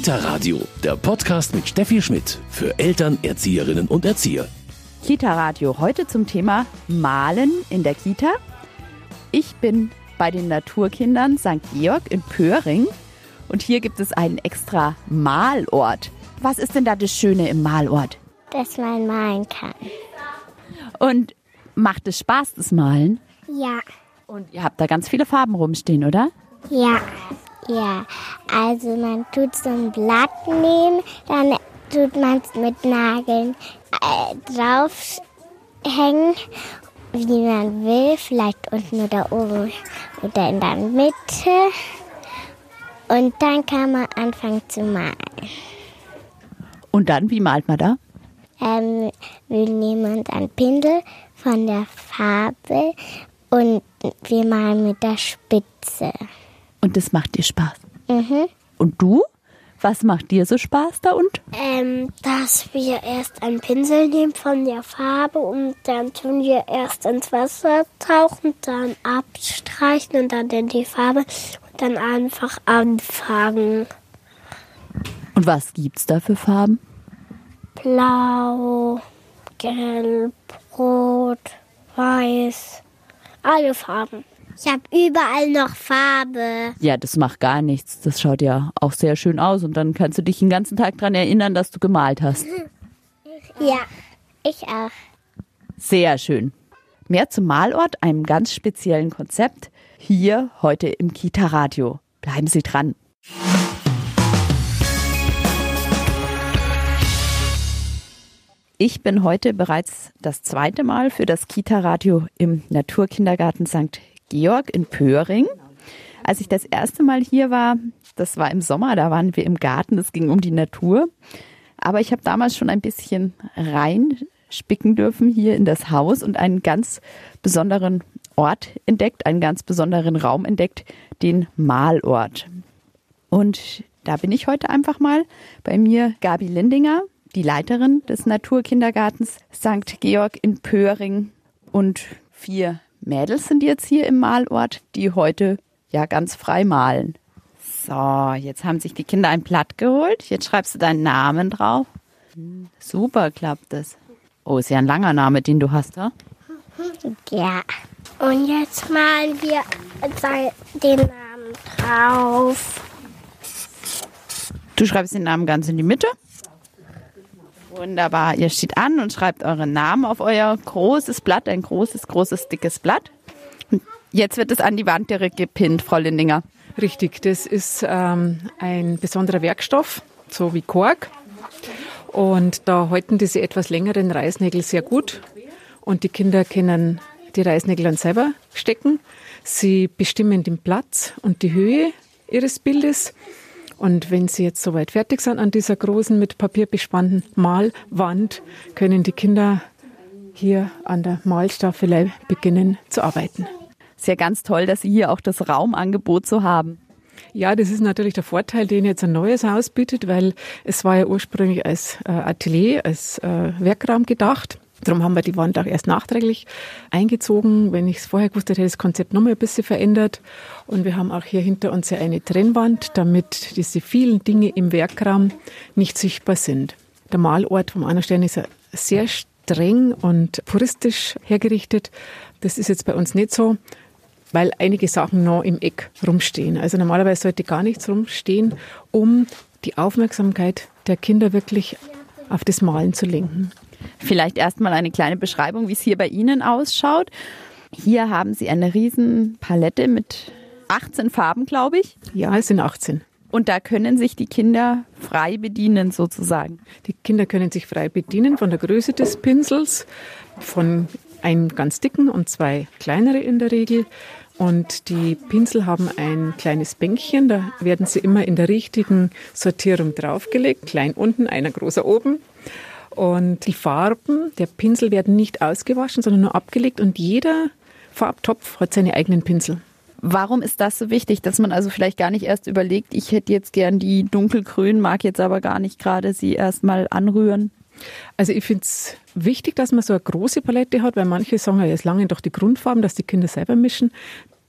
Kita-Radio, der Podcast mit Steffi Schmidt für Eltern, Erzieherinnen und Erzieher. Kita-Radio, heute zum Thema Malen in der Kita. Ich bin bei den Naturkindern St. Georg in Pöhring und hier gibt es einen extra Malort. Was ist denn da das Schöne im Malort? Dass man malen kann. Und macht es Spaß, das Malen? Ja. Und ihr habt da ganz viele Farben rumstehen, oder? Ja. Also man tut so ein Blatt nehmen, dann tut man es mit Nageln draufhängen, wie man will, vielleicht unten oder oben oder in der Mitte. Und dann kann man anfangen zu malen. Und dann, wie malt man da? Wir nehmen einen Pinsel von der Farbe und wir malen mit der Spitze. Und das macht dir Spaß? Mhm. Und du? Was macht dir so Spaß da unten? Dass wir erst einen Pinsel nehmen von der Farbe und dann tun wir erst ins Wasser tauchen, dann abstreichen und dann in die Farbe und dann einfach anfangen. Und was gibt's da für Farben? Blau, gelb, rot, weiß, alle Farben. Ich habe überall noch Farbe. Ja, das macht gar nichts. Das schaut ja auch sehr schön aus und dann kannst du dich den ganzen Tag daran erinnern, dass du gemalt hast. Ja, ich auch. Sehr schön. Mehr zum Malort, einem ganz speziellen Konzept, hier heute im Kita-Radio. Bleiben Sie dran. Ich bin heute bereits das zweite Mal für das Kita-Radio im Naturkindergarten St. Georg in Pöhring. Als ich das erste Mal hier war, das war im Sommer, da waren wir im Garten, es ging um die Natur. Aber ich habe damals schon ein bisschen reinspicken dürfen hier in das Haus und einen ganz besonderen Ort entdeckt, einen ganz besonderen Raum entdeckt, den Malort. Und da bin ich heute einfach mal bei mir Gabi Lindinger, die Leiterin des Naturkindergartens St. Georg in Pöhring und 4 Mädels sind jetzt hier im Malort, die heute ja ganz frei malen. So, jetzt haben sich die Kinder ein Blatt geholt. Jetzt schreibst du deinen Namen drauf. Super klappt das. Oh, ist ja ein langer Name, den du hast, ja? Ja. Und jetzt malen wir den Namen drauf. Du schreibst den Namen ganz in die Mitte. Wunderbar. Ihr steht an und schreibt euren Namen auf euer großes Blatt, ein großes, dickes Blatt. Und jetzt wird es an die Wand direkt gepinnt, Frau Lindinger. Richtig, das ist ein besonderer Werkstoff, so wie Kork. Und da halten diese etwas längeren Reißnägel sehr gut. Und die Kinder können die Reißnägel dann selber stecken. Sie bestimmen den Platz und die Höhe ihres Bildes. Und wenn Sie jetzt soweit fertig sind an dieser großen, mit Papier bespannten Malwand, können die Kinder hier an der Malstaffelei beginnen zu arbeiten. Ist ja ganz toll, dass Sie hier auch das Raumangebot so haben. Ja, das ist natürlich der Vorteil, den jetzt ein neues Haus bietet, weil es war ja ursprünglich als Atelier, als Werkraum gedacht. Darum haben wir die Wand auch erst nachträglich eingezogen. Wenn ich es vorher gewusst hätte, hätte das Konzept noch mal ein bisschen verändert. Und wir haben auch hier hinter uns ja eine Trennwand, damit diese vielen Dinge im Werkraum nicht sichtbar sind. Der Malort vom Anna-Stern ist ja sehr streng und puristisch hergerichtet. Das ist jetzt bei uns nicht so, weil einige Sachen noch im Eck rumstehen. Also normalerweise sollte gar nichts rumstehen, um die Aufmerksamkeit der Kinder wirklich auf das Malen zu lenken. Vielleicht erstmal eine kleine Beschreibung, wie es hier bei Ihnen ausschaut. Hier haben Sie eine riesen Palette mit 18 Farben, glaube ich. Ja, es sind 18. Und da können sich die Kinder frei bedienen sozusagen. Die Kinder können sich frei bedienen von der Größe des Pinsels, von einem ganz dicken und 2 kleinere in der Regel. Und die Pinsel haben ein kleines Bänkchen, da werden sie immer in der richtigen Sortierung draufgelegt. Klein unten, einer großer oben. Und die Farben der Pinsel werden nicht ausgewaschen, sondern nur abgelegt. Und jeder Farbtopf hat seine eigenen Pinsel. Warum ist das so wichtig, dass man also vielleicht gar nicht erst überlegt, ich hätte jetzt gern die dunkelgrün, mag jetzt aber gar nicht gerade sie erstmal anrühren? Also ich finde es wichtig, dass man so eine große Palette hat, weil manche sagen, ja, es langen doch die Grundfarben, dass die Kinder selber mischen.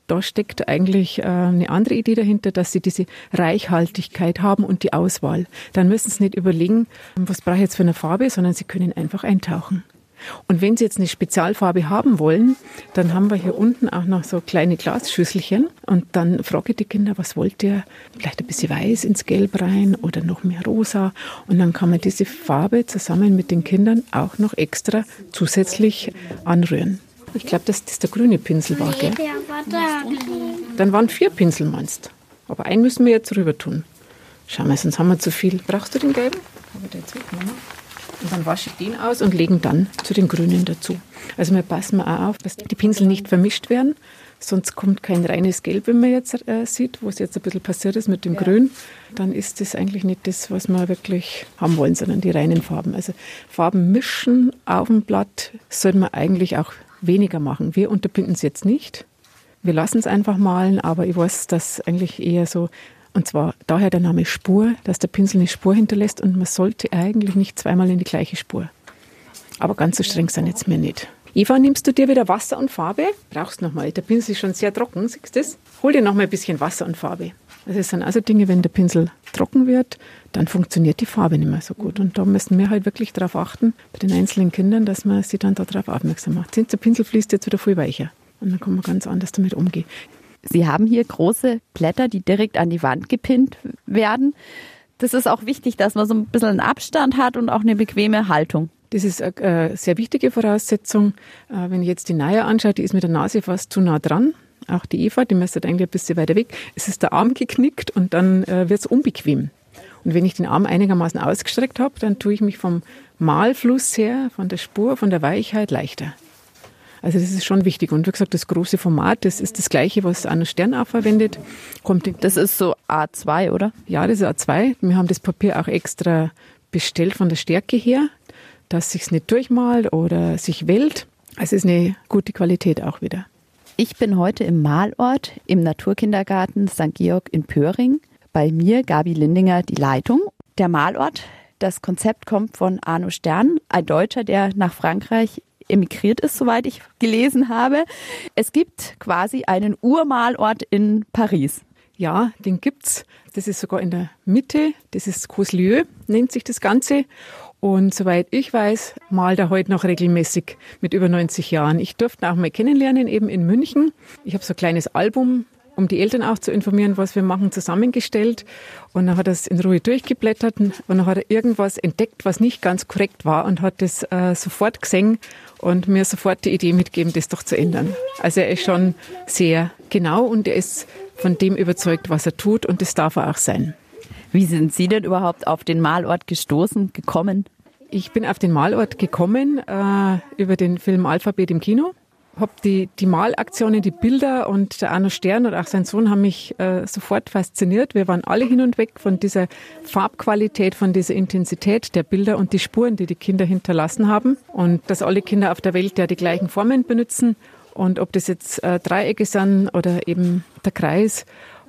da steckt eigentlich eine andere Idee dahinter, dass sie diese Reichhaltigkeit haben und die Auswahl. Dann müssen sie nicht überlegen, was brauche ich jetzt für eine Farbe, sondern sie können einfach eintauchen. Und wenn Sie jetzt eine Spezialfarbe haben wollen, dann haben wir hier unten auch noch so kleine Glasschüsselchen und dann frage ich die Kinder, was wollt ihr? Vielleicht ein bisschen weiß ins Gelb rein oder noch mehr rosa und dann kann man diese Farbe zusammen mit den Kindern auch noch extra zusätzlich anrühren. Ich glaube, dass das der grüne Pinsel war, gell? Der war da. Dann waren 4 Pinsel, meinst du? Aber einen müssen wir jetzt rüber tun. Schau mal, sonst haben wir zu viel. Brauchst du den gelben? Habe ich da jetzt weg, Mama? Und dann wasche ich den aus und legen dann zu den grünen dazu. Also wir passen auch auf, dass die Pinsel nicht vermischt werden. Sonst kommt kein reines Gelb, wenn man jetzt sieht, wo es jetzt ein bisschen passiert ist mit dem Grün. Dann ist das eigentlich nicht das, was wir wirklich haben wollen, sondern die reinen Farben. Also Farben mischen auf dem Blatt sollte man eigentlich auch weniger machen. Wir unterbinden es jetzt nicht. Wir lassen es einfach malen, aber ich weiß, dass eigentlich eher so, und zwar daher der Name Spur, dass der Pinsel eine Spur hinterlässt und man sollte eigentlich nicht zweimal in die gleiche Spur. Aber ganz so streng sind jetzt mir nicht. Eva, nimmst du dir wieder Wasser und Farbe? Brauchst nochmal. Der Pinsel ist schon sehr trocken, siehst du das? Hol dir nochmal ein bisschen Wasser und Farbe. Das sind also Dinge, wenn der Pinsel trocken wird, dann funktioniert die Farbe nicht mehr so gut. Und da müssen wir halt wirklich darauf achten, bei den einzelnen Kindern, dass man sie dann darauf aufmerksam macht. Der Pinsel fließt jetzt wieder viel weicher. Und dann kann man ganz anders damit umgehen. Sie haben hier große Blätter, die direkt an die Wand gepinnt werden. Das ist auch wichtig, dass man so ein bisschen einen Abstand hat und auch eine bequeme Haltung. Das ist eine sehr wichtige Voraussetzung. Wenn ich jetzt die Naya anschaue, die ist mit der Nase fast zu nah dran. Auch die Eva, die müsste eigentlich ein bisschen weiter weg. Es ist der Arm geknickt und dann wird es unbequem. Und wenn ich den Arm einigermaßen ausgestreckt habe, dann tue ich mich vom Malfluss her, von der Spur, von der Weichheit leichter. Also das ist schon wichtig. Und wie gesagt, das große Format, das ist das Gleiche, was Arno Stern auch verwendet. Das ist so A2, oder? Ja, das ist A2. Wir haben das Papier auch extra bestellt von der Stärke her, dass sich's nicht durchmalt oder sich wellt. Also es ist eine gute Qualität auch wieder. Ich bin heute im Malort im Naturkindergarten St. Georg in Pöhring. Bei mir Gabi Lindinger die Leitung. Der Malort, das Konzept kommt von Arno Stern, ein Deutscher, der nach Frankreich emigriert ist, soweit ich gelesen habe. Es gibt quasi einen Urmalort in Paris. Ja, den gibt's. Das ist sogar in der Mitte. Das ist Coslieu, nennt sich das Ganze. Und soweit ich weiß, malt er heute noch regelmäßig mit über 90 Jahren. Ich durfte ihn auch mal kennenlernen, eben in München. Ich habe so ein kleines Album, um die Eltern auch zu informieren, was wir machen, zusammengestellt. Und dann hat er es in Ruhe durchgeblättert und dann hat er irgendwas entdeckt, was nicht ganz korrekt war und hat das sofort gesehen und mir sofort die Idee mitgegeben, das doch zu ändern. Also er ist schon sehr genau und er ist von dem überzeugt, was er tut und das darf er auch sein. Wie sind Sie denn überhaupt auf den Malort gekommen? Ich bin auf den Malort gekommen über den Film Alphabet im Kino. Habe die Malaktionen, die Bilder und der Arno Stern und auch sein Sohn haben mich sofort fasziniert. Wir waren alle hin und weg von dieser Farbqualität, von dieser Intensität der Bilder und die Spuren, die die Kinder hinterlassen haben. Und dass alle Kinder auf der Welt ja die gleichen Formen benutzen. Und ob das jetzt Dreiecke sind oder eben der Kreis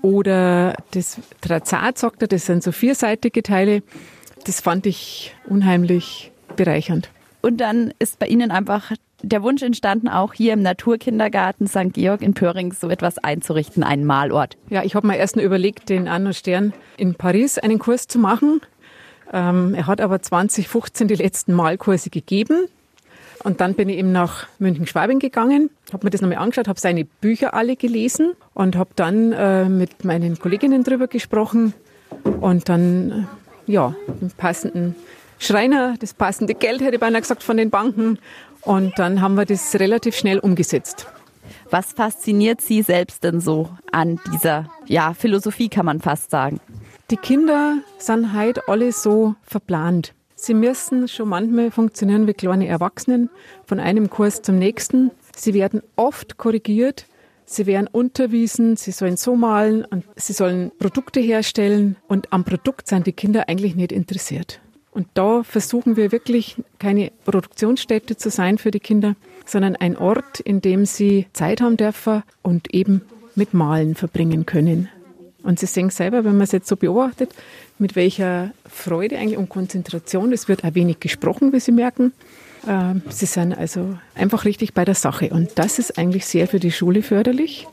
oder das Trazat, sagt er, das sind so vierseitige Teile. Das fand ich unheimlich bereichernd. Und dann ist bei Ihnen einfach der Wunsch entstanden, auch hier im Naturkindergarten St. Georg in Pöhring so etwas einzurichten, einen Malort. Ja, ich habe mir erst noch überlegt, den Arno Stern in Paris einen Kurs zu machen. Er hat aber 2015 die letzten Malkurse gegeben. Und dann bin ich eben nach München-Schwabing gegangen, habe mir das nochmal angeschaut, habe seine Bücher alle gelesen und habe dann mit meinen Kolleginnen drüber gesprochen und dann, den passenden Schreiner, das passende Geld, hätte ich beinahe gesagt, von den Banken. Und dann haben wir das relativ schnell umgesetzt. Was fasziniert Sie selbst denn so an dieser Philosophie, kann man fast sagen? Die Kinder sind heute alle so verplant. Sie müssen schon manchmal funktionieren wie kleine Erwachsenen, von einem Kurs zum nächsten. Sie werden oft korrigiert, sie werden unterwiesen, sie sollen so malen und sie sollen Produkte herstellen. Und am Produkt sind die Kinder eigentlich nicht interessiert. Und da versuchen wir wirklich keine Produktionsstätte zu sein für die Kinder, sondern ein Ort, in dem sie Zeit haben dürfen und eben mit Malen verbringen können. Und Sie sehen selber, wenn man es jetzt so beobachtet, mit welcher Freude eigentlich und Konzentration. Es wird auch wenig gesprochen, wie Sie merken. Sie sind also einfach richtig bei der Sache. Und das ist eigentlich sehr für die Schule förderlich,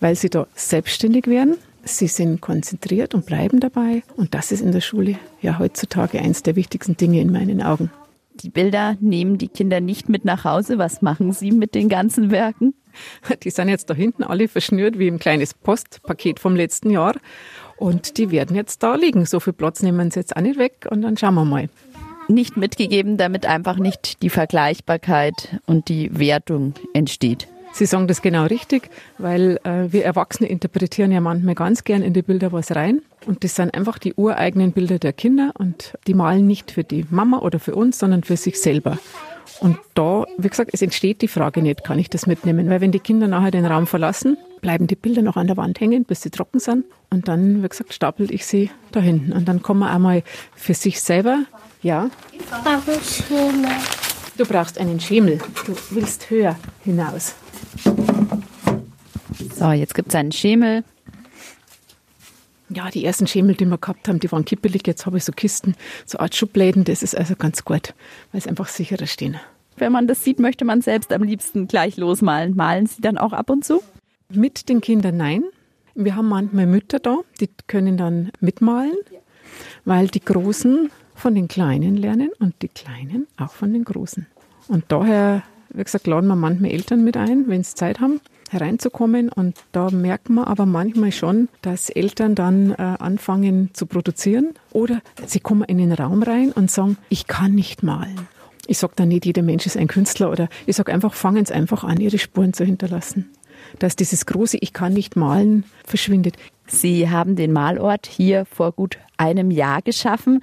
weil sie da selbstständig werden. Sie sind konzentriert und bleiben dabei. Und das ist in der Schule ja heutzutage eins der wichtigsten Dinge in meinen Augen. Die Bilder nehmen die Kinder nicht mit nach Hause. Was machen Sie mit den ganzen Werken? Die sind jetzt da hinten alle verschnürt wie ein kleines Postpaket vom letzten Jahr. Und die werden jetzt da liegen. So viel Platz nehmen sie jetzt auch nicht weg. Und dann schauen wir mal. Nicht mitgegeben, damit einfach nicht die Vergleichbarkeit und die Wertung entsteht. Sie sagen das genau richtig, weil wir Erwachsene interpretieren ja manchmal ganz gern in die Bilder was rein. Und das sind einfach die ureigenen Bilder der Kinder und die malen nicht für die Mama oder für uns, sondern für sich selber. Und da, wie gesagt, es entsteht die Frage nicht, kann ich das mitnehmen? Weil wenn die Kinder nachher den Raum verlassen, bleiben die Bilder noch an der Wand hängen, bis sie trocken sind. Und dann, wie gesagt, stapel ich sie da hinten. Und dann kann man auch mal für sich selber, ja. Ich brauche einen Schemel. Du brauchst einen Schemel. Du willst höher hinaus. So, jetzt gibt es einen Schemel. Ja, die ersten Schemel, die wir gehabt haben, die waren kippelig. Jetzt habe ich so Kisten, so Art Schubläden. Das ist also ganz gut, weil es einfach sicherer stehen. Wenn man das sieht, möchte man selbst am liebsten gleich losmalen. Malen Sie dann auch ab und zu? Mit den Kindern nein. Wir haben manchmal Mütter da, die können dann mitmalen, weil die Großen von den Kleinen lernen und die Kleinen auch von den Großen. Und daher, wie gesagt, laden wir manchmal Eltern mit ein, wenn sie Zeit haben, hereinzukommen. Und da merkt man aber manchmal schon, dass Eltern dann anfangen zu produzieren. Oder sie kommen in den Raum rein und sagen, ich kann nicht malen. Ich sage dann nicht, jeder Mensch ist ein Künstler. Oder ich sage einfach, fangen Sie einfach an, Ihre Spuren zu hinterlassen. Dass dieses große Ich kann nicht malen verschwindet. Sie haben den Malort hier vor gut einem Jahr geschaffen.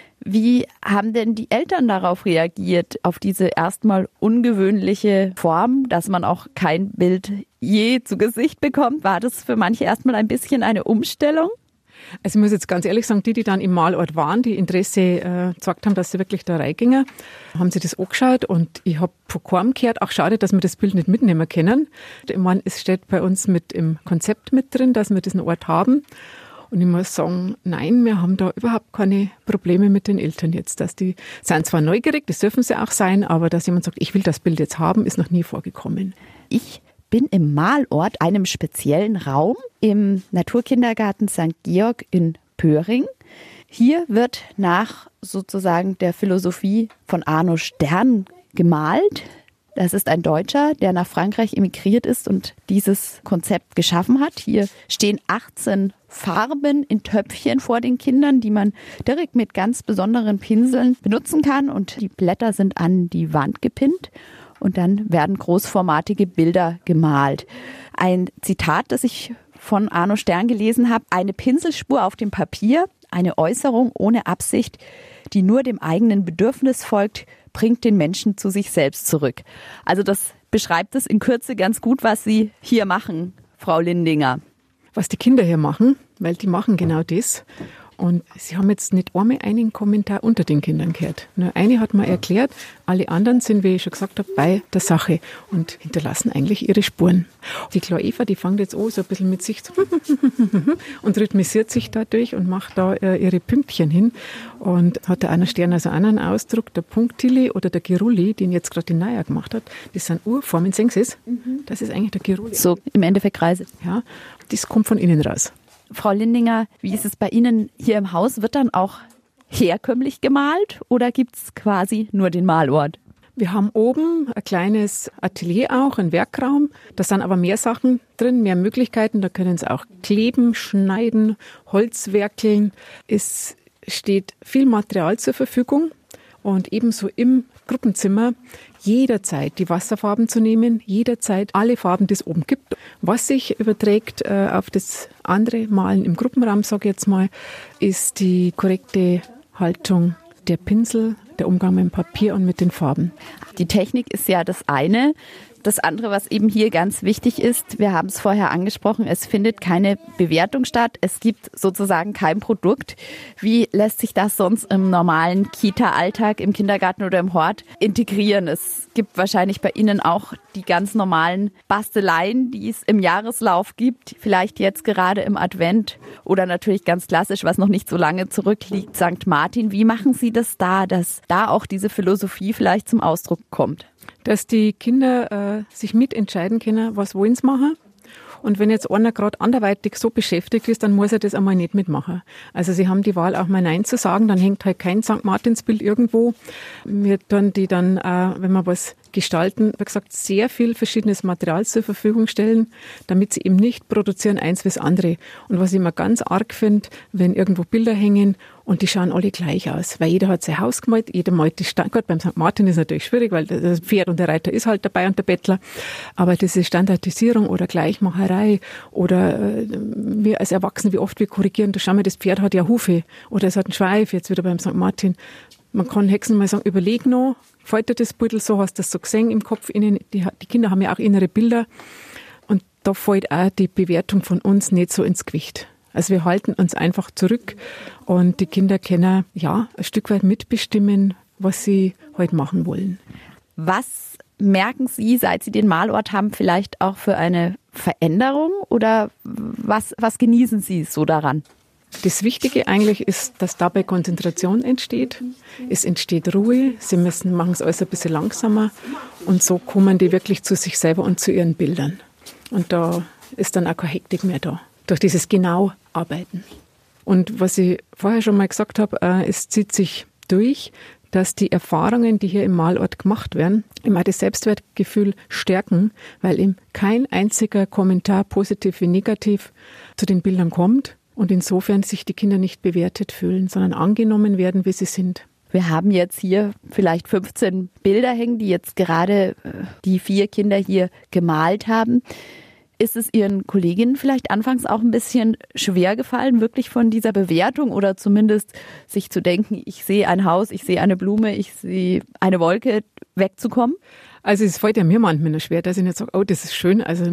Wie haben denn die Eltern darauf reagiert, auf diese erstmal ungewöhnliche Form, dass man auch kein Bild je zu Gesicht bekommt? War das für manche erstmal ein bisschen eine Umstellung? Also ich muss jetzt ganz ehrlich sagen, die dann im Malort waren, die Interesse gezeigt haben, dass sie wirklich da reingingen, haben sie das angeschaut und ich habe von keinem gehört, ach schade, dass wir das Bild nicht mitnehmen können. Ich meine, es steht bei uns mit im Konzept mit drin, dass wir diesen Ort haben. Und ich muss sagen, nein, wir haben da überhaupt keine Probleme mit den Eltern jetzt. Dass die sind zwar neugierig, das dürfen sie auch sein, aber dass jemand sagt, ich will das Bild jetzt haben, ist noch nie vorgekommen. Ich bin im Malort, einem speziellen Raum im Naturkindergarten St. Georg in Pöhring. Hier wird nach sozusagen der Philosophie von Arno Stern gemalt. Das ist ein Deutscher, der nach Frankreich emigriert ist und dieses Konzept geschaffen hat. Hier stehen 18 Farben in Töpfchen vor den Kindern, die man direkt mit ganz besonderen Pinseln benutzen kann. Und die Blätter sind an die Wand gepinnt und dann werden großformatige Bilder gemalt. Ein Zitat, das ich von Arno Stern gelesen habe: Eine Pinselspur auf dem Papier, eine Äußerung ohne Absicht, die nur dem eigenen Bedürfnis folgt, bringt den Menschen zu sich selbst zurück. Also das beschreibt es in Kürze ganz gut, was Sie hier machen, Frau Lindinger. Was die Kinder hier machen, weil die machen genau das. Und sie haben jetzt nicht einmal einen Kommentar unter den Kindern gehört. Nur eine hat mir erklärt, alle anderen sind, wie ich schon gesagt habe, bei der Sache und hinterlassen eigentlich ihre Spuren. Die Claudia Eva, die fängt jetzt an, so ein bisschen mit sich zu und rhythmisiert sich dadurch und macht da ihre Pünktchen hin. Und hat der Arno Stern also einen Ausdruck, der Punktili oder der Gerulli, den jetzt gerade die Naya gemacht hat, das sind Urformen, sehen Sie es? Das ist eigentlich der Gerulli. So im Endeffekt Kreise. Ja, das kommt von innen raus. Frau Lindinger, wie ist es bei Ihnen hier im Haus? Wird dann auch herkömmlich gemalt oder gibt es quasi nur den Malort? Wir haben oben ein kleines Atelier auch, einen Werkraum. Da sind aber mehr Sachen drin, mehr Möglichkeiten. Da können Sie auch kleben, schneiden, Holz werkeln. Es steht viel Material zur Verfügung und ebenso im Gruppenzimmer jederzeit die Wasserfarben zu nehmen, jederzeit alle Farben, die es oben gibt. Was sich überträgt auf das andere Malen im Gruppenraum, sage ich jetzt mal, ist die korrekte Haltung der Pinsel, der Umgang mit dem Papier und mit den Farben. Die Technik ist ja das eine. Das andere, was eben hier ganz wichtig ist, wir haben es vorher angesprochen, es findet keine Bewertung statt. Es gibt sozusagen kein Produkt. Wie lässt sich das sonst im normalen Kita-Alltag, im Kindergarten oder im Hort integrieren? Es gibt wahrscheinlich bei Ihnen auch die ganz normalen Basteleien, die es im Jahreslauf gibt. Vielleicht jetzt gerade im Advent oder natürlich ganz klassisch, was noch nicht so lange zurückliegt, St. Martin. Wie machen Sie das da, dass da auch diese Philosophie vielleicht zum Ausdruck kommt? Dass die Kinder sich mitentscheiden können, was wollen sie machen Und wenn jetzt einer gerade anderweitig so beschäftigt ist, dann muss er das einmal nicht mitmachen. Also sie haben die Wahl, auch mal Nein zu sagen. Dann hängt halt kein St. Martinsbild irgendwo. Wir tun die dann, wenn wir was gestalten, wie gesagt, sehr viel verschiedenes Material zur Verfügung stellen, damit sie eben nicht produzieren eins wie das andere. Und was ich immer ganz arg finde, wenn irgendwo Bilder hängen und die schauen alle gleich aus, weil jeder hat sein Haus gemalt, jeder malt die Gut, beim St. Martin ist natürlich schwierig, weil das Pferd und der Reiter ist halt dabei und der Bettler, aber diese Standardisierung oder Gleichmacherei oder wir als Erwachsene, wie oft wir korrigieren, da schauen wir, das Pferd hat ja Hufe oder es hat einen Schweif, jetzt wieder beim St. Martin. Man kann Hexen mal sagen, überleg noch, fällt dir das Beutel so, hast du das so gesehen im Kopf innen, die Kinder haben ja auch innere Bilder und da fällt auch die Bewertung von uns nicht so ins Gewicht. Also wir halten uns einfach zurück und die Kinder können ja ein Stück weit mitbestimmen, was sie heute machen wollen. Was merken Sie, seit Sie den Malort haben, vielleicht auch für eine Veränderung oder was genießen Sie so daran? Das Wichtige eigentlich ist, dass dabei Konzentration entsteht. Es entsteht Ruhe. Sie machen es alles ein bisschen langsamer und so kommen die wirklich zu sich selber und zu ihren Bildern. Und da ist dann auch keine Hektik mehr da, durch dieses Genau-Arbeiten. Und was ich vorher schon mal gesagt habe, es zieht sich durch, dass die Erfahrungen, die hier im Malort gemacht werden, immer das Selbstwertgefühl stärken, weil eben kein einziger Kommentar, positiv wie negativ, zu den Bildern kommt. Und insofern sich die Kinder nicht bewertet fühlen, sondern angenommen werden, wie sie sind. Wir haben jetzt hier vielleicht 15 Bilder hängen, die jetzt gerade die 4 Kinder hier gemalt haben. Ist es Ihren Kolleginnen vielleicht anfangs auch ein bisschen schwer gefallen, wirklich von dieser Bewertung oder zumindest sich zu denken, ich sehe ein Haus, ich sehe eine Blume, ich sehe eine Wolke, wegzukommen? Also es fällt ja mir manchmal noch schwer, dass ich nicht sage, oh, das ist schön. Also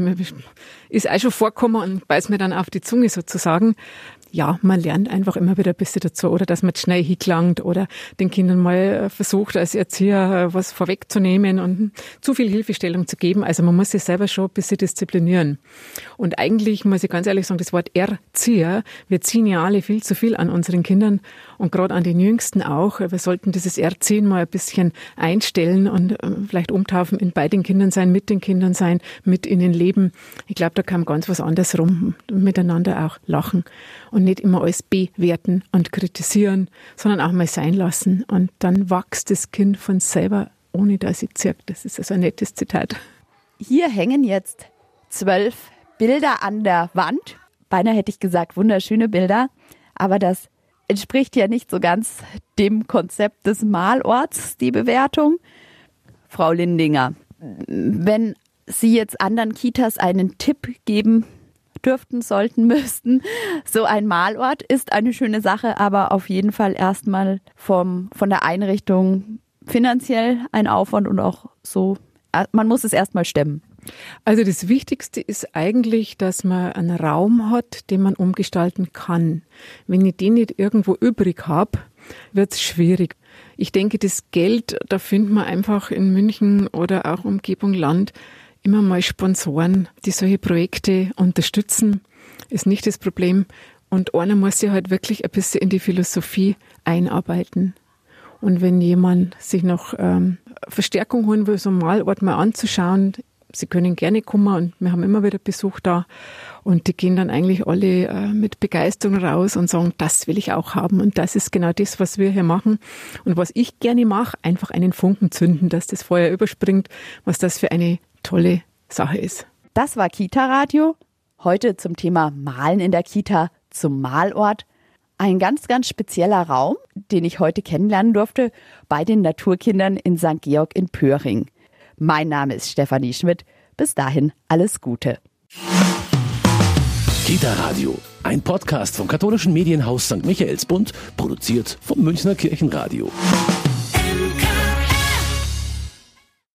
ist auch schon vorgekommen und beißt mir dann auf die Zunge sozusagen. Ja, man lernt einfach immer wieder ein bisschen dazu oder dass man schnell hingelangt oder den Kindern mal versucht, als Erzieher was vorwegzunehmen und zu viel Hilfestellung zu geben. Also man muss sich selber schon ein bisschen disziplinieren. Und eigentlich muss ich ganz ehrlich sagen, das Wort Erzieher, wir ziehen ja alle viel zu viel an unseren Kindern und gerade an den Jüngsten auch. Wir sollten dieses Erziehen mal ein bisschen einstellen und vielleicht umtaufen in bei den Kindern sein, mit den Kindern sein, mit ihnen leben. Ich glaube, da kam ganz was anderes rum, miteinander auch lachen. Und nicht immer alles bewerten und kritisieren, sondern auch mal sein lassen. Und dann wächst das Kind von selber, ohne dass ich zirke. Das ist also ein nettes Zitat. Hier hängen jetzt 12 Bilder an der Wand. Beinahe hätte ich gesagt, wunderschöne Bilder. Aber das entspricht ja nicht so ganz dem Konzept des Malorts, die Bewertung. Frau Lindinger, wenn Sie jetzt anderen Kitas einen Tipp geben dürften, sollten, müssten. So ein Malort ist eine schöne Sache, aber auf jeden Fall erstmal von der Einrichtung finanziell ein Aufwand und auch so, man muss es erstmal stemmen. Also das Wichtigste ist eigentlich, dass man einen Raum hat, den man umgestalten kann. Wenn ich den nicht irgendwo übrig habe, wird es schwierig. Ich denke, das Geld, da findet man einfach in München oder auch Umgebung Land immer mal Sponsoren, die solche Projekte unterstützen, ist nicht das Problem. Und einer muss sich halt wirklich ein bisschen in die Philosophie einarbeiten. Und wenn jemand sich noch Verstärkung holen will, so einen Malort mal anzuschauen, sie können gerne kommen und wir haben immer wieder Besuch da. Und die gehen dann eigentlich alle mit Begeisterung raus und sagen, das will ich auch haben. Und das ist genau das, was wir hier machen. Und was ich gerne mache, einfach einen Funken zünden, dass das Feuer überspringt, was das für eine tolle Sache ist. Das war Kita-Radio. Heute zum Thema Malen in der Kita, zum Malort. Ein ganz, ganz spezieller Raum, den ich heute kennenlernen durfte bei den Naturkindern in St. Georg in Pöhring. Mein Name ist Stefanie Schmidt. Bis dahin alles Gute. Kita-Radio, ein Podcast vom katholischen Medienhaus St. Michaelsbund, produziert vom Münchner Kirchenradio.